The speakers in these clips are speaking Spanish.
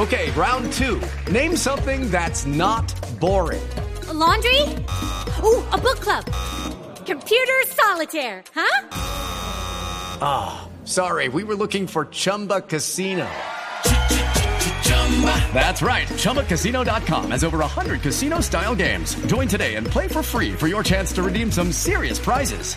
Okay, round two. Name something that's not boring. A laundry? Ooh, a book club. Computer solitaire, huh? Ah, sorry, we were looking for Chumba Casino. That's right, ChumbaCasino.com has over 100 casino-style games. Join today and play for free for your chance to redeem some serious prizes.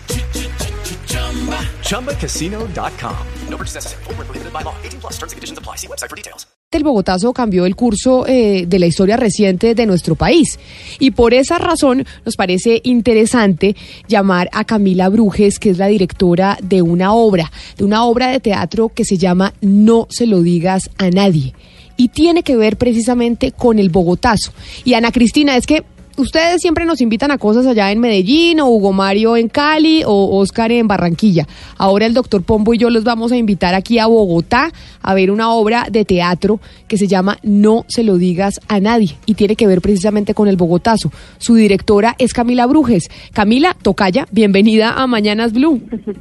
ChumbaCasino.com. No purchase necessary. Void where prohibited by law. 18+ terms and conditions apply. See website for details. El bogotazo cambió el curso de la historia reciente de nuestro país y por esa razón nos parece interesante llamar a Camila Brujes, que es la directora de una obra de teatro que se llama No se lo digas a nadie y tiene que ver precisamente con el bogotazo. Y Ana Cristina, es que ustedes siempre nos invitan a cosas allá en Medellín, o Hugo Mario en Cali, o Oscar en Barranquilla. Ahora el doctor Pombo y yo los vamos a invitar aquí a Bogotá a ver una obra de teatro que se llama No se lo digas a nadie y tiene que ver precisamente con el bogotazo. Su directora es Camila Brujes. Camila, tocaya, bienvenida a Mañanas Blue.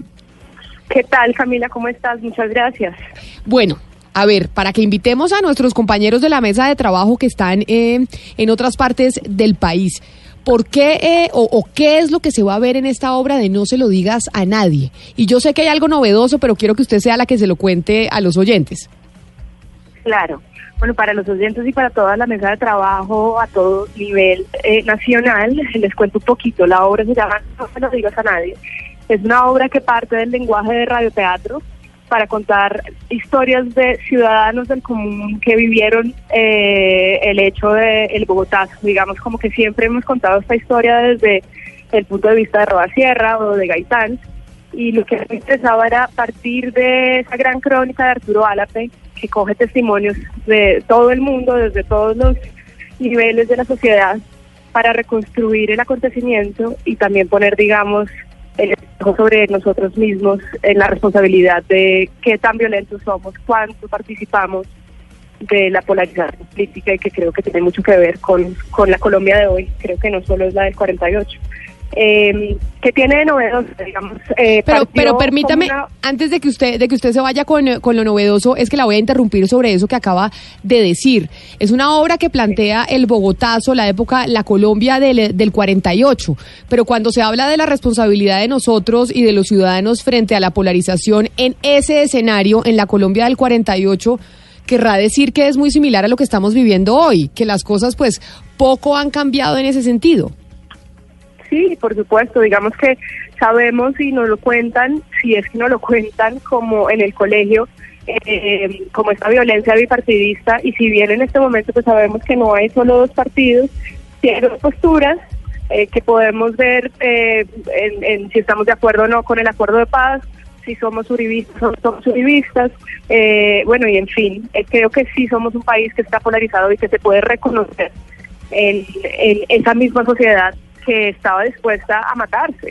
¿Qué tal, Camila? ¿Cómo estás? Muchas gracias. Bueno, a ver, para que invitemos a nuestros compañeros de la mesa de trabajo que están en otras partes del país, ¿por qué o qué es lo que se va a ver en esta obra de No se lo digas a nadie? Y yo sé que hay algo novedoso, pero quiero que usted sea la que se lo cuente a los oyentes. Claro. Bueno, para los oyentes y para toda la mesa de trabajo a todo nivel nacional, les cuento un poquito. La obra se llama No se lo digas a nadie. Es una obra que parte del lenguaje de radioteatro para contar historias de ciudadanos del común que vivieron el hecho del bogotazo. Digamos, como que siempre hemos contado esta historia desde el punto de vista de Robasierra o de Gaitán, y lo que me interesaba era partir de esa gran crónica de Arturo Álate, que coge testimonios de todo el mundo, desde todos los niveles de la sociedad, para reconstruir el acontecimiento y también poner, digamos, el espejo sobre nosotros mismos en la responsabilidad de qué tan violentos somos, cuánto participamos de la polarización política, y que creo que tiene mucho que ver con la Colombia de hoy. Creo que no solo es la del 48. ¿Qué tiene de novedoso, digamos? Pero permítame, antes de que usted se vaya con lo novedoso, es que la voy a interrumpir sobre eso que acaba de decir. Es una obra que plantea el bogotazo, la Colombia del 48, pero cuando se habla de la responsabilidad de nosotros y de los ciudadanos frente a la polarización en ese escenario, en la Colombia del 48, querrá decir que es muy similar a lo que estamos viviendo hoy, que las cosas pues poco han cambiado en ese sentido. Sí, por supuesto, digamos que sabemos y nos lo cuentan, si es que nos lo cuentan como en el colegio, como esta violencia bipartidista, y si bien en este momento pues sabemos que no hay solo dos partidos, sí hay dos posturas que podemos ver en si estamos de acuerdo o no con el acuerdo de paz, si somos uribistas o no somos uribistas, bueno, y en fin, creo que sí somos un país que está polarizado y que se puede reconocer en esa misma sociedad que estaba dispuesta a matarse.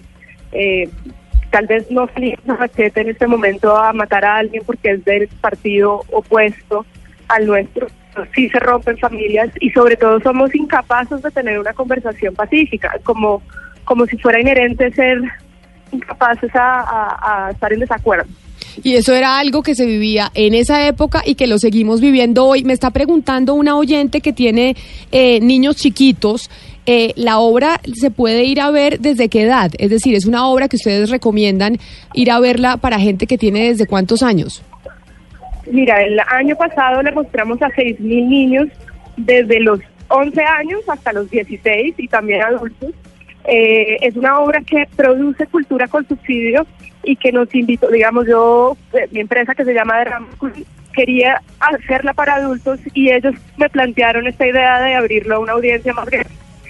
Tal vez no salir a machete en este momento a matar a alguien porque es del partido opuesto al nuestro. Sí se rompen familias y sobre todo somos incapaces de tener una conversación pacífica, como si fuera inherente ser incapaces a estar en desacuerdo. Y eso era algo que se vivía en esa época y que lo seguimos viviendo hoy. Me está preguntando una oyente que tiene niños chiquitos, ¿la obra se puede ir a ver desde qué edad? Es decir, ¿es una obra que ustedes recomiendan ir a verla para gente que tiene desde cuántos años? Mira, el año pasado le mostramos a 6.000 niños desde los 11 años hasta los 16 y también adultos. Es una obra que produce cultura con subsidio y que nos invitó, digamos, mi empresa que se llama Derrama quería hacerla para adultos y ellos me plantearon esta idea de abrirlo a una audiencia más grande.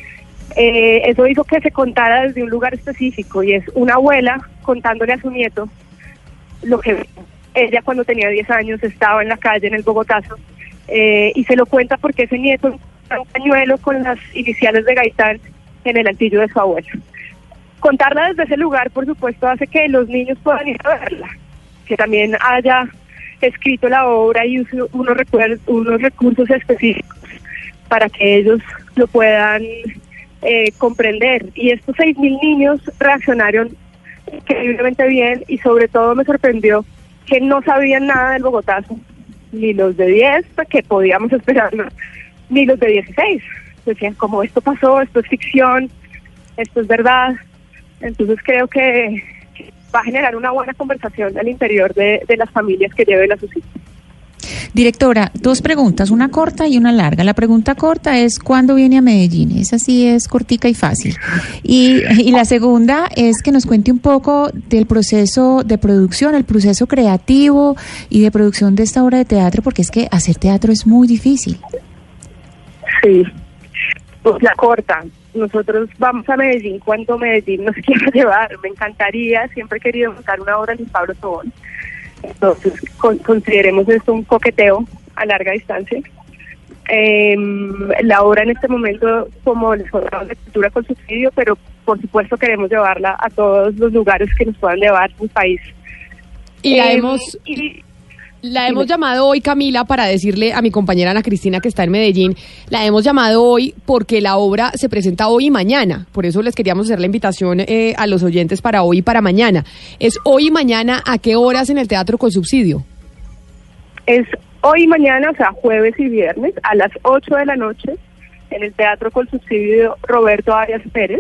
Eso hizo que se contara desde un lugar específico y es una abuela contándole a su nieto lo que ella cuando tenía 10 años estaba en la calle en el bogotazo, y se lo cuenta porque ese nieto está un pañuelo con las iniciales de Gaitán en el altillo de su abuelo. Contarla desde ese lugar, por supuesto, hace que los niños puedan ir a verla, que también haya escrito la obra y use unos recursos específicos para que ellos lo puedan comprender. Y estos 6.000 niños reaccionaron increíblemente bien y sobre todo me sorprendió que no sabían nada del bogotazo, ni los de 10, que podíamos esperarlo, ni los de 16. Decían, como esto pasó, esto es ficción, esto es verdad. Entonces creo que va a generar una buena conversación al interior de las familias que lleven a sus hijos. Directora, 2 preguntas, una corta y una larga. La pregunta corta es, ¿cuándo viene a Medellín? Esa sí es cortica y fácil. Y la segunda es que nos cuente un poco del proceso de producción, el proceso creativo y de producción de esta obra de teatro, porque es que hacer teatro es muy difícil. Sí, pues la corta. Nosotros vamos a Medellín cuando Medellín nos quiera llevar. Me encantaría, siempre he querido montar una obra en el Pablo Tobón. Entonces, consideremos esto un coqueteo a larga distancia. La obra en este momento, como les contaba, de cultura con subsidio, pero por supuesto queremos llevarla a todos los lugares que nos puedan llevar un país. Y la hemos llamado hoy, Camila, para decirle a mi compañera Ana Cristina, que está en Medellín, la hemos llamado hoy porque la obra se presenta hoy y mañana. Por eso les queríamos hacer la invitación a los oyentes para hoy y para mañana. ¿Es hoy y mañana a qué horas en el Teatro con Subsidio? Es hoy y mañana, o sea, jueves y viernes, a las 8 de la noche, en el Teatro con Subsidio Roberto Arias Pérez.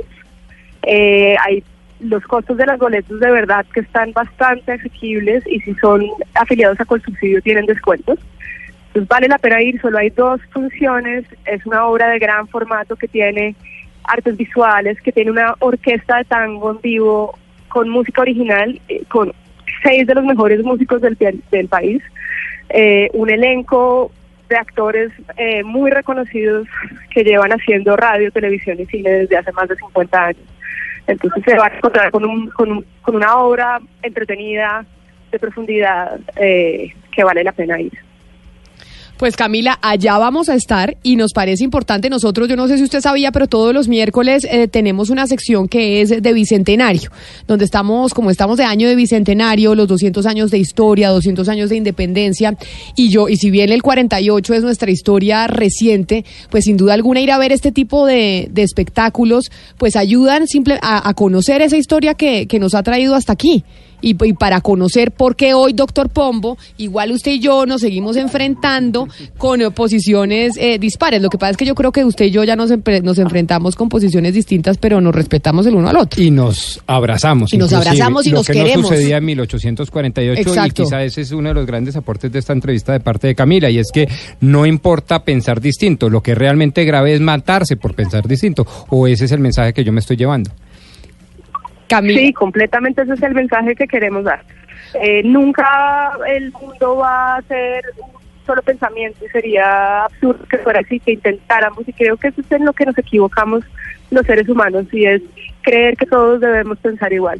Hay los costos de las boletas de verdad que están bastante asequibles, y si son afiliados a Colsubsidio tienen descuentos. Entonces vale la pena ir. Solo hay 2 funciones. Es una obra de gran formato que tiene artes visuales, que tiene una orquesta de tango en vivo con música original, con 6 de los mejores músicos del país, un elenco de actores muy reconocidos que llevan haciendo radio, televisión y cine desde hace más de 50 años. Entonces se va a encontrar con una obra entretenida, de profundidad, que vale la pena ir. Pues Camila, allá vamos a estar, y nos parece importante. Nosotros, yo no sé si usted sabía, pero todos los miércoles tenemos una sección que es de Bicentenario, donde como estamos de año de Bicentenario, los 200 años de historia, 200 años de independencia, y si bien el 48 es nuestra historia reciente, pues sin duda alguna ir a ver este tipo de espectáculos, pues ayudan a conocer esa historia que nos ha traído hasta aquí. Y para conocer por qué hoy, doctor Pombo, igual usted y yo nos seguimos enfrentando con posiciones dispares. Lo que pasa es que yo creo que usted y yo ya nos enfrentamos con posiciones distintas, pero nos respetamos el uno al otro. Y nos abrazamos. Y nos abrazamos y nos queremos. Lo que no sucedía en 1848. Exacto. Y quizá ese es uno de los grandes aportes de esta entrevista de parte de Camila, y es que no importa pensar distinto, lo que es realmente grave es matarse por pensar distinto, o ese es el mensaje que yo me estoy llevando. Camila. Sí, completamente ese es el mensaje que queremos dar. Nunca el mundo va a ser un solo pensamiento, y sería absurdo que fuera así, que intentáramos, y creo que eso es en lo que nos equivocamos los seres humanos, y es creer que todos debemos pensar igual.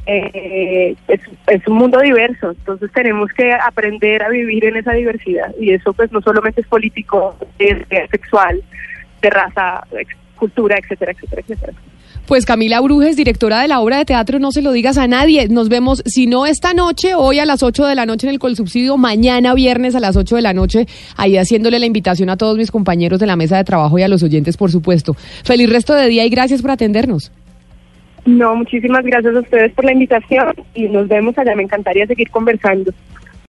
Es un mundo diverso, entonces tenemos que aprender a vivir en esa diversidad, y eso pues no solamente es político, es sexual, de raza, cultura, etcétera, etcétera, etcétera. Pues Camila Brujes, directora de la obra de teatro No se lo digas a nadie. Nos vemos, si no esta noche, hoy a las 8 de la noche en el Colsubsidio, mañana viernes a las 8 de la noche, ahí haciéndole la invitación a todos mis compañeros de la mesa de trabajo y a los oyentes, por supuesto. Feliz resto de día y gracias por atendernos. No, muchísimas gracias a ustedes por la invitación, y nos vemos allá. Me encantaría seguir conversando.